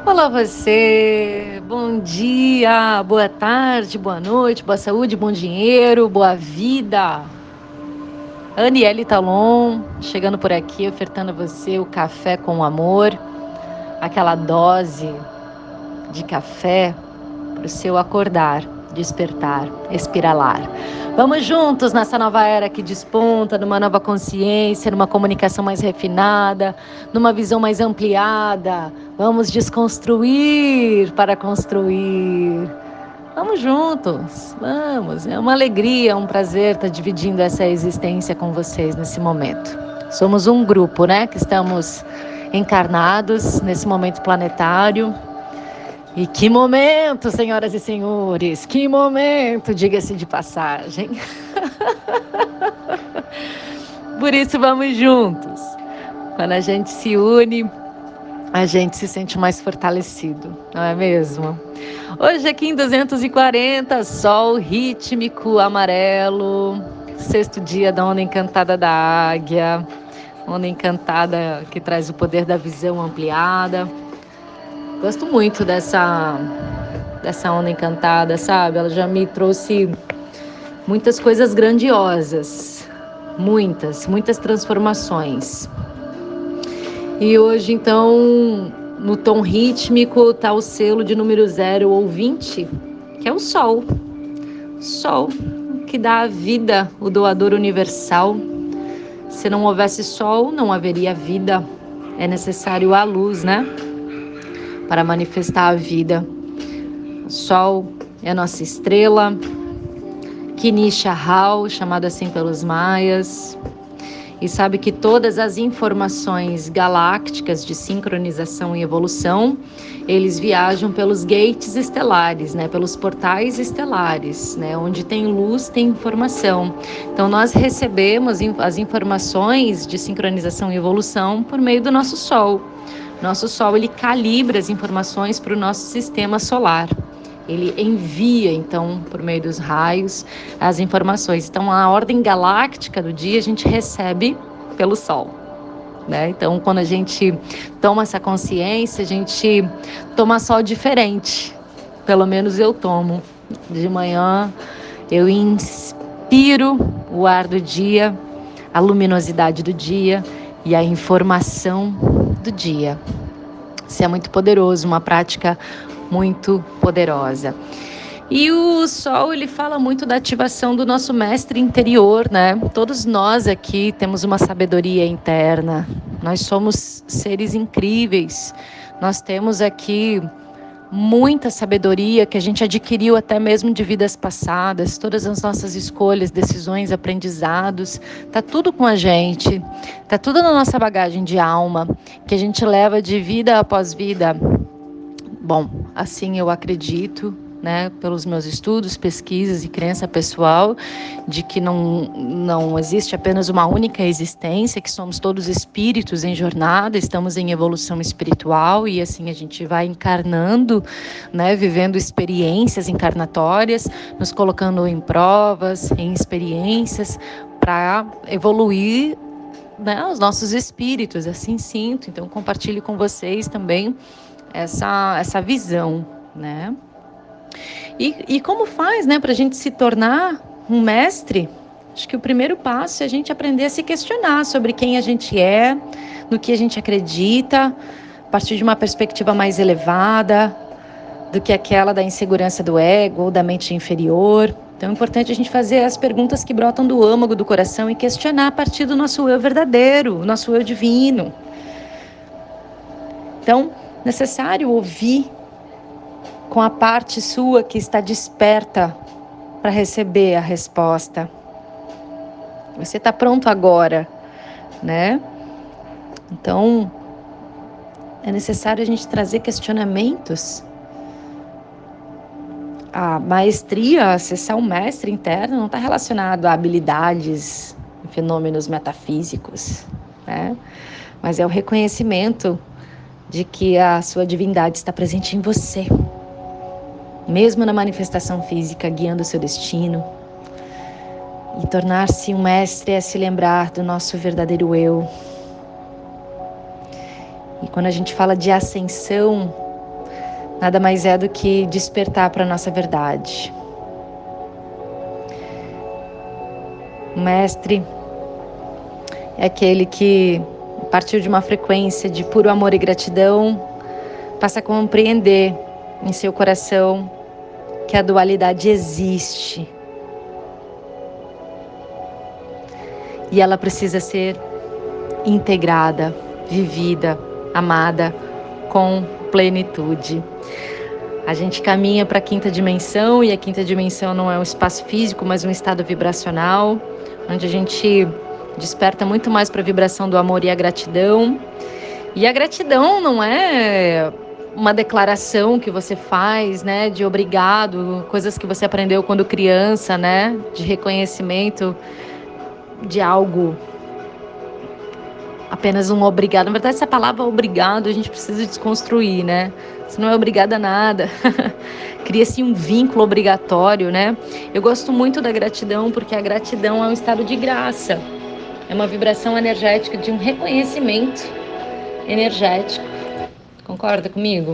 Olá você, bom dia, boa tarde, boa noite, boa saúde, bom dinheiro, boa vida. Aniele Talon, chegando por aqui, ofertando a você o café com amor, aquela dose de café para o seu acordar, despertar, espiralar. Vamos juntos nessa nova era que desponta, numa nova consciência, numa comunicação mais refinada, numa visão mais ampliada. Vamos desconstruir para construir. Vamos juntos, vamos. É uma alegria, um prazer estar dividindo essa existência com vocês nesse momento. Somos um grupo, né, que estamos encarnados nesse momento planetário. E que momento, senhoras e senhores, que momento, diga-se de passagem. Por isso vamos juntos. Quando a gente se une, a gente se sente mais fortalecido, não é mesmo? Hoje aqui em 240, sol rítmico amarelo, sexto dia da onda encantada da águia, onda encantada que traz o poder da visão ampliada. Gosto muito dessa onda encantada, sabe? Ela já me trouxe muitas coisas grandiosas, muitas transformações. E hoje, então, no tom rítmico, tá o selo de número 0 ou 20, que é o Sol. Sol, que dá a vida, o doador universal. Se não houvesse Sol, não haveria vida. É necessário a luz, né? Para manifestar a vida. O Sol é a nossa estrela, Kinisha Hal, chamado assim pelos maias, e sabe que todas as informações galácticas de sincronização e evolução, eles viajam pelos gates estelares, né? Pelos portais estelares, né? Onde tem luz, tem informação. Então nós recebemos as informações de sincronização e evolução por meio do nosso Sol. Nosso Sol, ele calibra as informações para o nosso sistema solar. Ele envia, então, por meio dos raios, as informações. Então, a ordem galáctica do dia a gente recebe pelo Sol, né? Então, quando a gente toma essa consciência, a gente toma Sol diferente. Pelo menos eu tomo. De manhã, eu inspiro o ar do dia, a luminosidade do dia e a informação do dia. Isso é muito poderoso, uma prática muito poderosa. E o Sol, ele fala muito da ativação do nosso mestre interior, né? Todos nós aqui temos uma sabedoria interna. Nós somos seres incríveis. Nós temos aqui muita sabedoria que a gente adquiriu até mesmo de vidas passadas, todas as nossas escolhas, decisões, aprendizados, tá tudo com a gente, tá tudo na nossa bagagem de alma, que a gente leva de vida após vida. Bom, assim eu acredito, né, pelos meus estudos, pesquisas e crença pessoal, de que não existe apenas uma única existência, que somos todos espíritos em jornada, estamos em evolução espiritual e assim a gente vai encarnando, né, vivendo experiências encarnatórias, nos colocando em provas, em experiências para evoluir, né, os nossos espíritos, assim sinto. Então compartilho com vocês também essa visão, né? E como faz, né, para a gente se tornar um mestre? Acho que o primeiro passo é a gente aprender a se questionar sobre quem a gente é, no que a gente acredita, a partir de uma perspectiva mais elevada do que aquela da insegurança do ego ou da mente inferior. Então é importante a gente fazer as perguntas que brotam do âmago do coração e questionar a partir do nosso eu verdadeiro, o nosso eu divino. Então, necessário ouvir com a parte sua que está desperta para receber a resposta. Você está pronto agora, né? Então, é necessário a gente trazer questionamentos. A maestria, acessar um mestre interno, não está relacionado a habilidades, fenômenos metafísicos, né? Mas é o reconhecimento de que a sua divindade está presente em você, mesmo na manifestação física, guiando o seu destino. E tornar-se um mestre é se lembrar do nosso verdadeiro eu. E quando a gente fala de ascensão, nada mais é do que despertar para a nossa verdade. O mestre é aquele que, a partir de uma frequência de puro amor e gratidão, passa a compreender em seu coração que a dualidade existe e ela precisa ser integrada, vivida, amada com plenitude. A gente caminha para a quinta dimensão, e a quinta dimensão não é um espaço físico, mas um estado vibracional, onde a gente desperta muito mais para a vibração do amor e a gratidão. E a gratidão não é uma declaração que você faz, né, de obrigado, coisas que você aprendeu quando criança, né, de reconhecimento de algo, apenas um obrigado. Na verdade, essa palavra obrigado a gente precisa desconstruir, né? Você não é obrigada a nada. Cria-se um vínculo obrigatório, né? Eu gosto muito da gratidão porque a gratidão é um estado de graça. É uma vibração energética de um reconhecimento energético. Concorda comigo?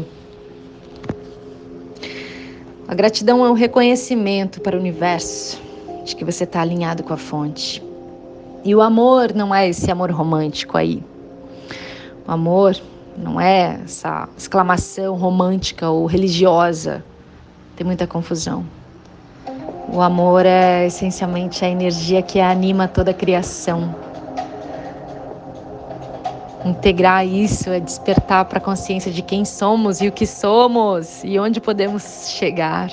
A gratidão é um reconhecimento para o universo de que você está alinhado com a fonte. E o amor não é esse amor romântico aí. O amor não é essa exclamação romântica ou religiosa. Tem muita confusão. O amor é essencialmente a energia que anima toda a criação. Integrar isso é despertar para a consciência de quem somos e o que somos e onde podemos chegar.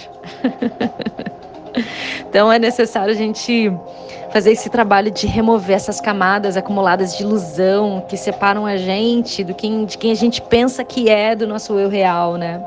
Então é necessário a gente fazer esse trabalho de remover essas camadas acumuladas de ilusão que separam a gente de quem a gente pensa que é, do nosso eu real, né?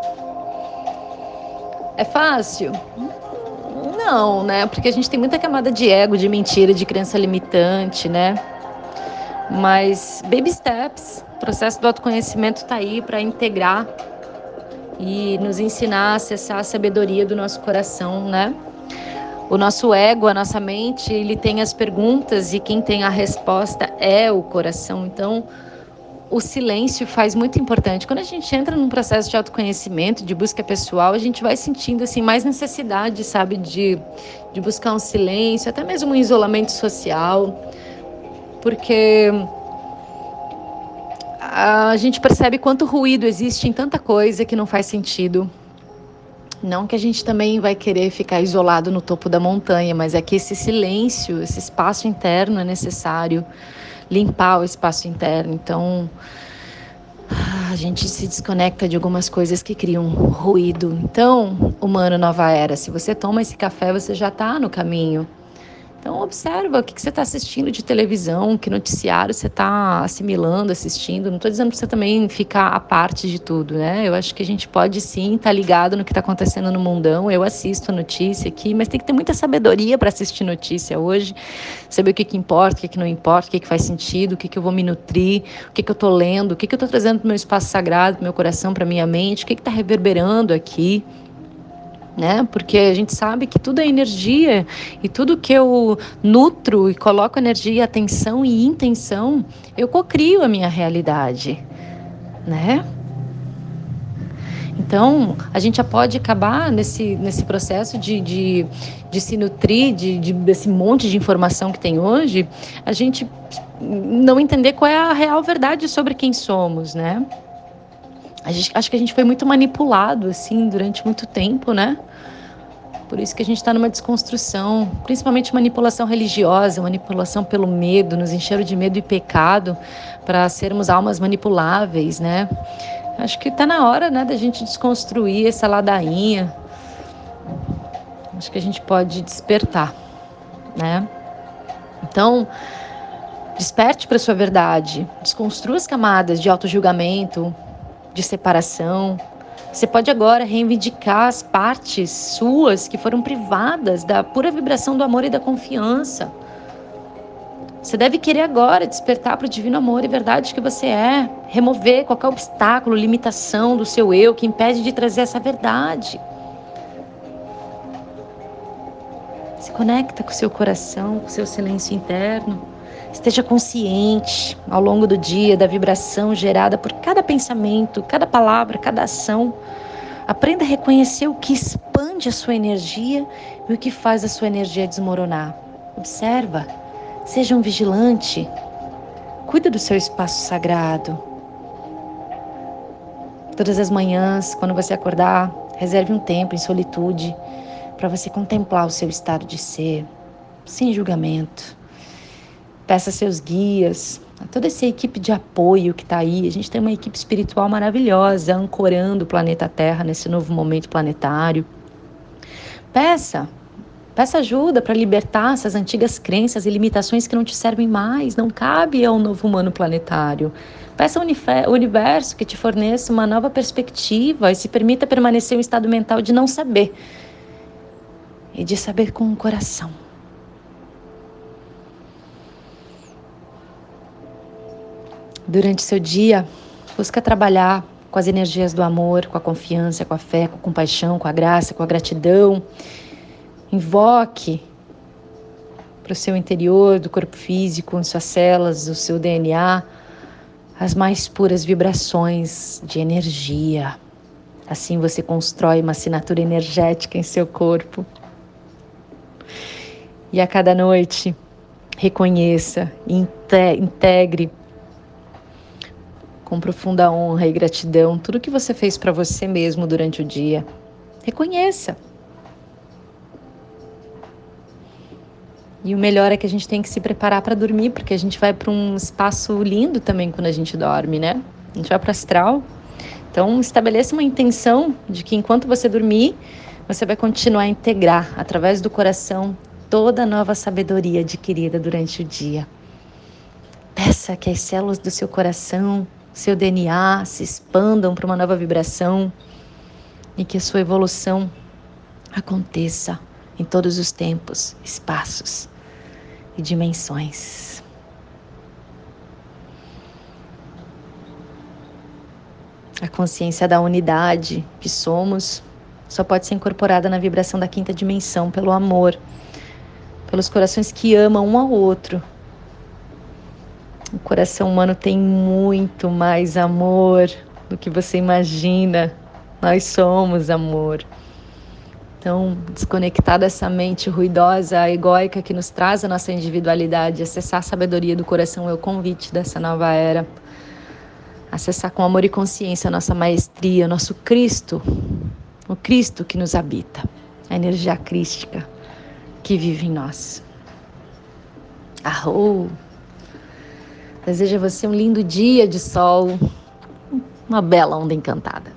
É fácil? Não, né? Porque a gente tem muita camada de ego, de mentira, de crença limitante, né? Mas baby steps, o processo do autoconhecimento está aí para integrar e nos ensinar a acessar a sabedoria do nosso coração, né? O nosso ego, a nossa mente, ele tem as perguntas e quem tem a resposta é o coração. Então, o silêncio faz muito importante. Quando a gente entra num processo de autoconhecimento, de busca pessoal, a gente vai sentindo assim mais necessidade, sabe, de buscar um silêncio, até mesmo um isolamento social, porque a gente percebe quanto ruído existe em tanta coisa que não faz sentido. Não que a gente também vai querer ficar isolado no topo da montanha, mas é que esse silêncio, esse espaço interno é necessário limpar o espaço interno. Então, a gente se desconecta de algumas coisas que criam ruído. Então, humano nova era, se você toma esse café, você já está no caminho. Então, observa o que você está assistindo de televisão, que noticiário você está assimilando, assistindo. Não estou dizendo para você também ficar à parte de tudo, né? Eu acho que a gente pode sim estar ligado no que está acontecendo no mundão. Eu assisto a notícia aqui, mas tem que ter muita sabedoria para assistir notícia hoje. Saber o que importa, o que não importa, o que faz sentido, o que eu vou me nutrir, o que eu estou lendo, o que eu estou trazendo para o meu espaço sagrado, para o meu coração, para a minha mente, o que está reverberando aqui. Né? Porque a gente sabe que tudo é energia e tudo que eu nutro e coloco energia, atenção e intenção, eu cocrio a minha realidade, né? Então, a gente já pode acabar nesse processo de se nutrir desse monte de informação que tem hoje, a gente não entender qual é a real verdade sobre quem somos, né? Acho que a gente foi muito manipulado, assim, durante muito tempo, né? Por isso que a gente está numa desconstrução, principalmente manipulação religiosa, manipulação pelo medo, nos encheram de medo e pecado para sermos almas manipuláveis, né? Acho que está na hora, né, da gente desconstruir essa ladainha. Acho que a gente pode despertar, né? Então, desperte para a sua verdade, desconstrua as camadas de autojulgamento, de separação. Você pode agora reivindicar as partes suas que foram privadas da pura vibração do amor e da confiança. Você deve querer agora despertar para o divino amor e verdade que você é. Remover qualquer obstáculo, limitação do seu eu que impede de trazer essa verdade. Se conecta com o seu coração, com o seu silêncio interno. Esteja consciente ao longo do dia da vibração gerada por cada pensamento, cada palavra, cada ação. Aprenda a reconhecer o que expande a sua energia e o que faz a sua energia desmoronar. Observa, seja um vigilante, cuida do seu espaço sagrado. Todas as manhãs, quando você acordar, reserve um tempo em solitude para você contemplar o seu estado de ser, sem julgamento. Peça seus guias, a toda essa equipe de apoio que está aí. A gente tem uma equipe espiritual maravilhosa, ancorando o planeta Terra nesse novo momento planetário. Peça ajuda para libertar essas antigas crenças e limitações que não te servem mais, não cabe ao novo humano planetário. Peça ao universo que te forneça uma nova perspectiva e se permita permanecer em um estado mental de não saber e de saber com o coração. Durante seu dia, busca trabalhar com as energias do amor, com a confiança, com a fé, com a compaixão, com a graça, com a gratidão. Invoque para o seu interior, do corpo físico, em suas células, do seu DNA, as mais puras vibrações de energia. Assim você constrói uma assinatura energética em seu corpo. E a cada noite, reconheça e integre com profunda honra e gratidão tudo que você fez para você mesmo durante o dia. Reconheça. E o melhor é que a gente tem que se preparar para dormir, porque a gente vai para um espaço lindo também quando a gente dorme, né? A gente vai para o astral. Então, estabeleça uma intenção de que enquanto você dormir, você vai continuar a integrar, através do coração, toda a nova sabedoria adquirida durante o dia. Peça que as células do seu coração, seu DNA se expandam para uma nova vibração e que a sua evolução aconteça em todos os tempos, espaços e dimensões. A consciência da unidade que somos só pode ser incorporada na vibração da quinta dimensão, pelo amor, pelos corações que amam um ao outro. O coração humano tem muito mais amor do que você imagina. Nós somos amor. Então, desconectar dessa mente ruidosa, egóica que nos traz a nossa individualidade, acessar a sabedoria do coração é o convite dessa nova era. Acessar com amor e consciência a nossa maestria, o nosso Cristo, o Cristo que nos habita, a energia crística que vive em nós. Arro! Desejo a você um lindo dia de sol, uma bela onda encantada.